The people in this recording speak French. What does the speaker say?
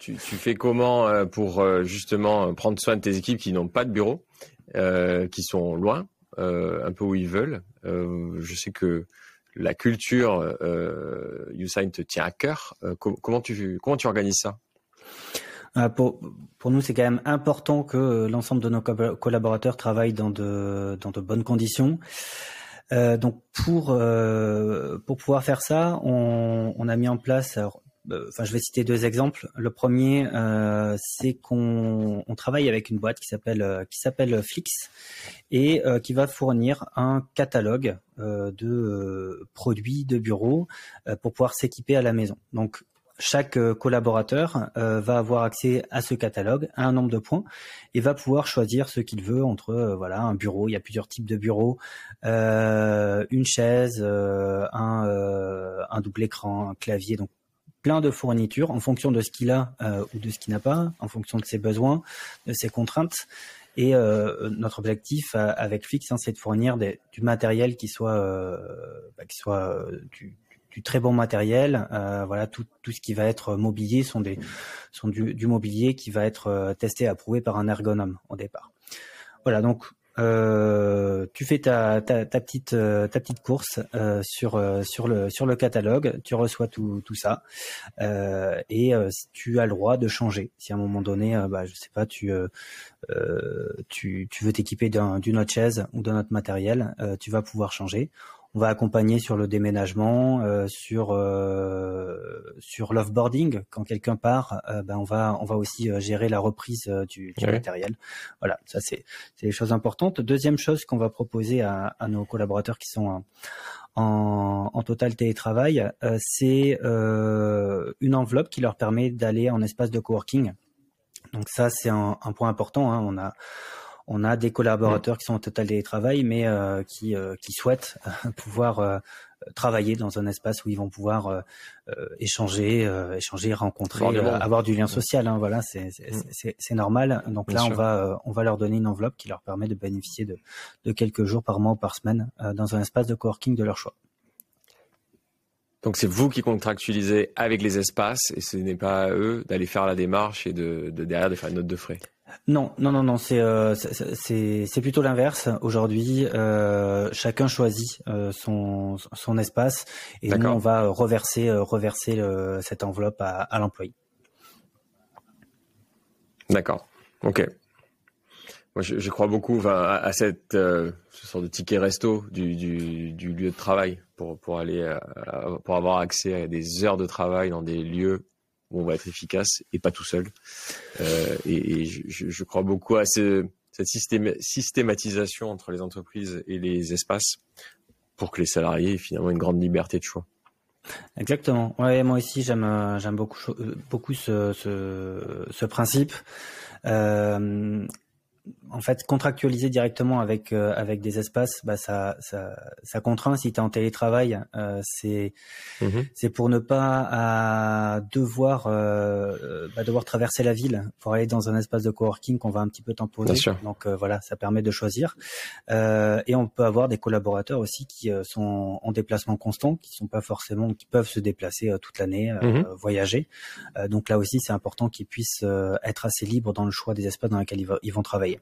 tu fais comment pour justement prendre soin de tes équipes qui n'ont pas de bureau, qui sont loin, un peu où ils veulent. Je sais que la culture YouSign te tient à cœur. Comment tu organises ça? Pour nous, c'est quand même important que l'ensemble de nos collaborateurs travaillent dans de bonnes conditions. Donc pour pouvoir faire ça, on a mis en place. Je vais citer 2 exemples. Le premier, c'est qu'on travaille avec une boîte qui s'appelle Flix et qui va fournir un catalogue de produits de bureau pour pouvoir s'équiper à la maison. Donc chaque collaborateur va avoir accès à ce catalogue, à un nombre de points, et va pouvoir choisir ce qu'il veut entre un bureau. Il y a plusieurs types de bureaux, une chaise, un double écran, un clavier, donc plein de fournitures en fonction de ce qu'il a ou de ce qu'il n'a pas, en fonction de ses besoins, de ses contraintes. Et notre objectif avec Flix, c'est de fournir du matériel qui soit du très bon matériel. Tout ce qui va être mobilier sont du mobilier qui va être testé et approuvé par un ergonome au départ. Voilà, donc tu fais ta petite course sur le catalogue, tu reçois tout ça et tu as le droit de changer. Si à un moment donné, je sais pas, tu veux t'équiper d'une autre chaise ou d'un autre matériel, tu vas pouvoir changer. On va accompagner sur le déménagement, sur l'offboarding. Quand quelqu'un part, on va aussi gérer la reprise du matériel. Voilà, ça c'est des choses importantes. Deuxième chose qu'on va proposer à nos collaborateurs qui sont en total télétravail, c'est une enveloppe qui leur permet d'aller en espace de coworking. Donc ça c'est un point important, hein. On a des collaborateurs qui sont en total télétravail, mais qui souhaitent pouvoir travailler dans un espace où ils vont pouvoir échanger, rencontrer, avoir du lien social. Hein, voilà, c'est normal. Donc là, on va leur donner une enveloppe qui leur permet de bénéficier de quelques jours par mois ou par semaine dans un espace de coworking de leur choix. Donc c'est vous qui contractualisez avec les espaces et ce n'est pas à eux d'aller faire la démarche et derrière de faire une note de frais. Non, c'est plutôt l'inverse. Aujourd'hui, chacun choisit son espace et nous on va reverser cette enveloppe à l'employé. D'accord. Ok. Moi, je crois beaucoup à ce sort de ticket resto du lieu de travail pour aller pour avoir accès à des heures de travail dans des lieux où on va être efficace et pas tout seul. Et je crois beaucoup à cette systématisation entre les entreprises et les espaces pour que les salariés aient finalement une grande liberté de choix. Exactement. Ouais, moi aussi j'aime beaucoup ce principe. En fait, contractualiser directement avec des espaces, ça contraint. Si tu es en télétravail, c'est pour ne pas devoir traverser la ville pour aller dans un espace de coworking qu'on va un petit peu t'imposer. Donc voilà, ça permet de choisir. Et on peut avoir des collaborateurs aussi qui sont en déplacement constant, qui peuvent se déplacer toute l'année, voyager. Donc là aussi, c'est important qu'ils puissent être assez libres dans le choix des espaces dans lesquels ils vont travailler.